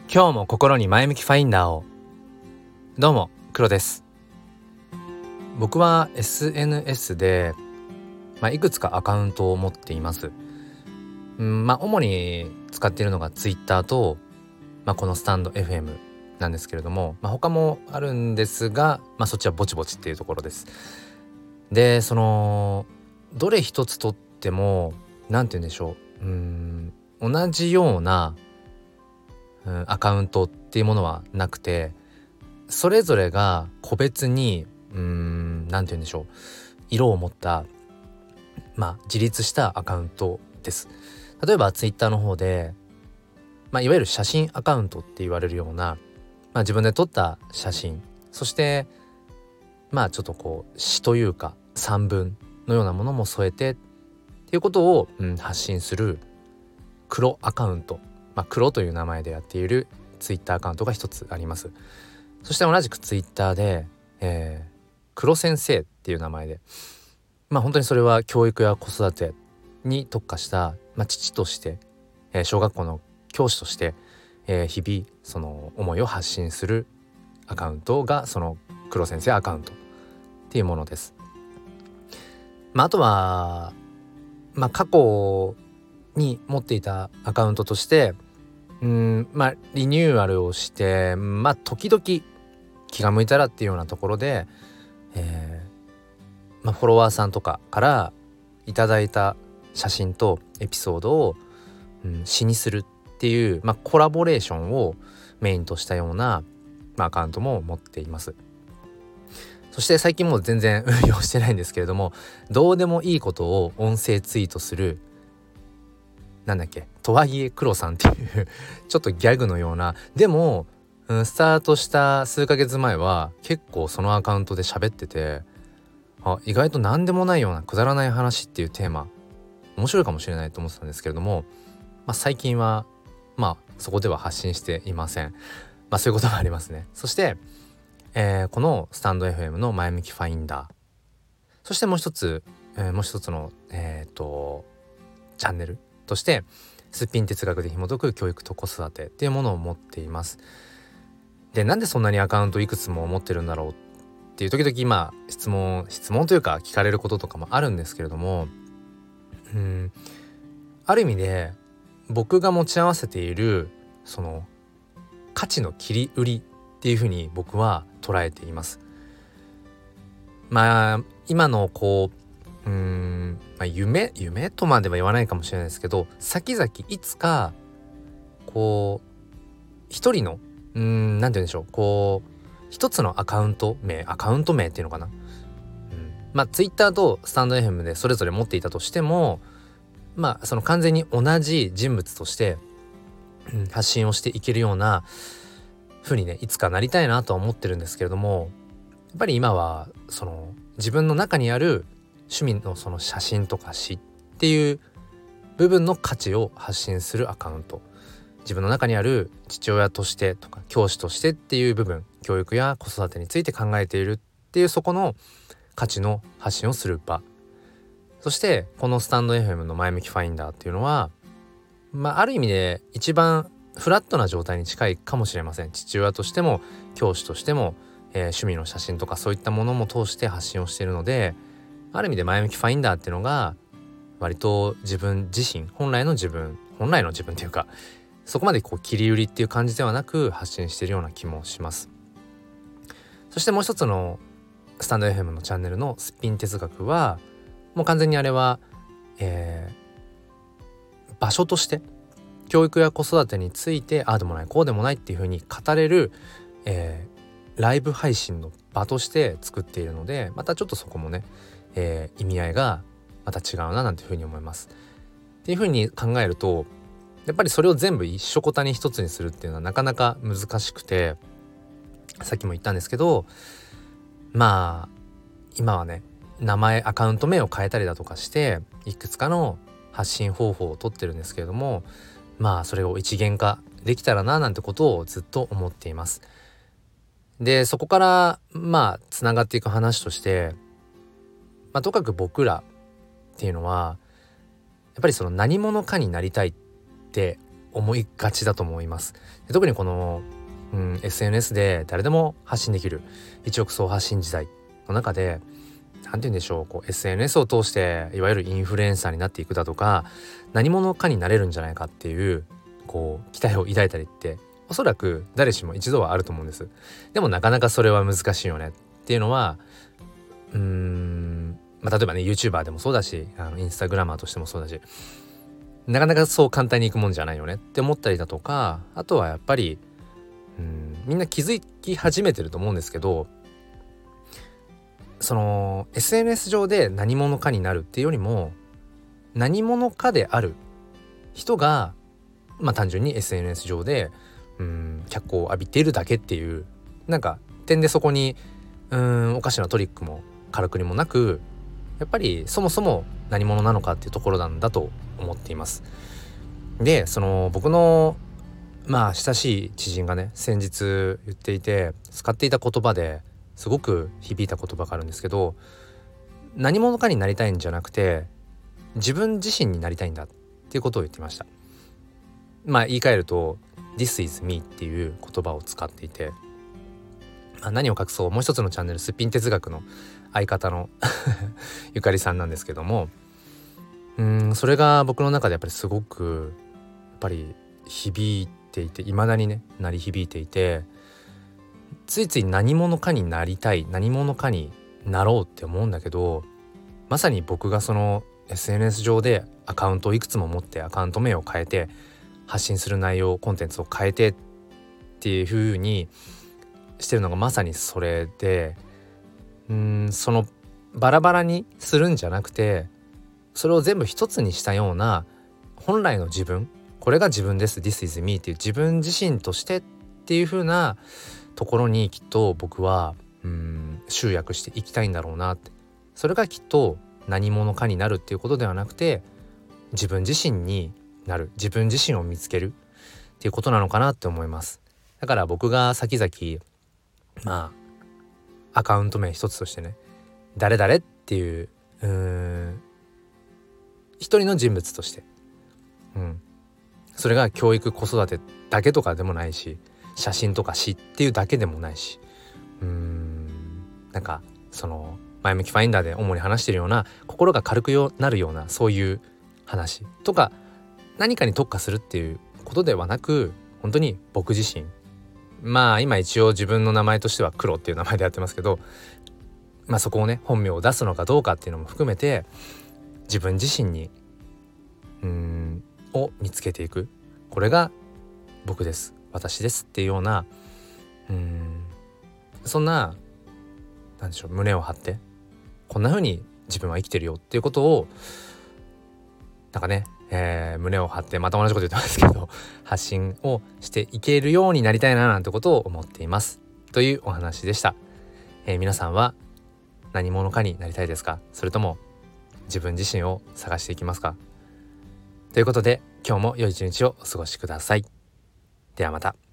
今日も心に前向きファインダーを。どうも黒です。僕は SNS で、いくつかアカウントを持っています。主に使っているのが Twitter と、このスタンド FM なんですけれども、他もあるんですが、そっちはぼちぼちっていうところです。でどれ一つとってもなんて言うんでしょう、同じようなアカウントっていうものはなくて、それぞれが個別になんて言うんでしょう、色を持った自立したアカウントです。例えばツイッターの方で、いわゆる写真アカウントって言われるような、自分で撮った写真、そしてちょっと詩というか散文のようなものも添えてっていうことを、発信する黒アカウント、黒という名前でやっているツイッターアカウントが一つあります。そして同じくツイッターで、黒先生っていう名前で、本当にそれは教育や子育てに特化した、父として、小学校の教師として、日々その思いを発信するアカウントがその黒先生アカウントっていうものです。あとは、過去に持っていたアカウントとしてリニューアルをして、時々気が向いたらっていうようなところで、フォロワーさんとかからいただいた写真とエピソードを、詩にするっていう、コラボレーションをメインとしたような、アカウントも持っています。そして最近もう全然運用してないんですけれども、どうでもいいことを音声ツイートするとはいえ黒さんっていうちょっとギャグのような、でも、スタートした数ヶ月前は結構そのアカウントで喋ってて、意外と何でもないようなくだらない話っていうテーマ面白いかもしれないと思ってたんですけれども、最近はそこでは発信していません。そういうことがありますね。そして、このスタンド FM の前向きファインダー、そしてもう一つのチャンネルとしてすっぴん哲学で紐解く教育と子育てっていうものを持っています。で、なんでそんなにアカウントいくつも持ってるんだろうっていう時々質問というか聞かれることとかもあるんですけれども、ある意味で僕が持ち合わせているその価値の切り売りっていうふうに僕は捉えています。今の夢とまでは言わないかもしれないですけど、先々いつか一人のなんて言うんでしょう、一つのアカウント名っていうのかな、ツイッターとスタンド FM でそれぞれ持っていたとしても、その完全に同じ人物として、発信をしていけるような風にね、いつかなりたいなとは思ってるんですけれども、やっぱり今はその自分の中にある趣味のその写真とか詩っていう部分の価値を発信するアカウント、自分の中にある父親としてとか教師としてっていう部分、教育や子育てについて考えているっていうそこの価値の発信をする場、そしてこのスタンド FM の前向きファインダーっていうのは、ある意味で一番フラットな状態に近いかもしれません。父親としても教師としても、趣味の写真とかそういったものも通して発信をしているので、ある意味で前向きファインダーっていうのが割と自分自身、本来の自分っていうか、そこまで切り売りっていう感じではなく発信しているような気もします。そしてもう一つのスタンド FM のチャンネルのすっぴん哲学は、もう完全にあれは、場所として教育や子育てについてああでもないこうでもないっていう風に語れる、ライブ配信の場として作っているので、またちょっとそこもね、意味合いがまた違うななんていう風に思います。っていう風に考えると、やっぱりそれを全部一緒こたに一つにするっていうのはなかなか難しくて、さっきも言ったんですけど、今はね、アカウント名を変えたりだとかしていくつかの発信方法をとってるんですけれども、それを一元化できたらななんてことをずっと思っています。で、そこからつながっていく話として、とにかく僕らっていうのはやっぱりその何者かになりたいって思いがちだと思います。で特にこの、SNS で誰でも発信できる一億総発信時代の中で、なんて言うんでしょう、こう SNS を通していわゆるインフルエンサーになっていくだとか、何者かになれるんじゃないかっていうこう期待を抱いたりっておそらく誰しも一度はあると思うんです。でもなかなかそれは難しいよねっていうのは、例えばね YouTuber でもそうだし、インスタグラマーとしてもそうだし、なかなかそう簡単にいくもんじゃないよねって思ったりだとか、あとはやっぱりみんな気づき始めてると思うんですけど、その SNS 上で何者かになるっていうよりも、何者かである人が単純に SNS 上で脚光を浴びているだけっていうなんか点で、そこにおかしなトリックもからくりもなく、やっぱりそもそも何者なのかっていうところなんだと思っています。でその僕の親しい知人がね先日言っていて使っていた言葉ですごく響いた言葉があるんですけど、何者かになりたいんじゃなくて自分自身になりたいんだっていうことを言ってました。言い換えると This is me っていう言葉を使っていて、何を隠そうもう一つのチャンネルすっぴん哲学の相方のゆかりさんなんですけども、それが僕の中でやっぱりすごく響いていて、未だにね鳴り響いていて、ついつい何者かになりたい、何者かになろうって思うんだけど、まさに僕がその SNS 上でアカウントをいくつも持ってアカウント名を変えて発信する内容コンテンツを変えてっていう風にしてるのがまさにそれで、そのバラバラにするんじゃなくて、それを全部一つにしたような本来の自分、これが自分です This is me っていう自分自身としてっていう風なところにきっと僕は集約していきたいんだろうなって。それがきっと何者かになるっていうことではなくて、自分自身になる、自分自身を見つけるっていうことなのかなって思います。だから僕が先々アカウント名一つとしてね、誰々っていう一人の人物として、それが教育子育てだけとかでもないし、写真とか詩っていうだけでもないし、その前向きファインダーで主に話しているような心が軽くなるようなそういう話とか、何かに特化するっていうことではなく、本当に僕自身、今一応自分の名前としては黒っていう名前でやってますけど、そこをね本名を出すのかどうかっていうのも含めて自分自身にを見つけていく、これが僕です、私ですっていうようなそんな胸を張ってこんな風に自分は生きてるよっていうことを胸を張ってまた同じこと言ってますけど発信をしていけるようになりたいななんてことを思っていますというお話でした。皆さんは何者かになりたいですか？それとも自分自身を探していきますか？ということで今日も良い一日をお過ごしください。ではまた。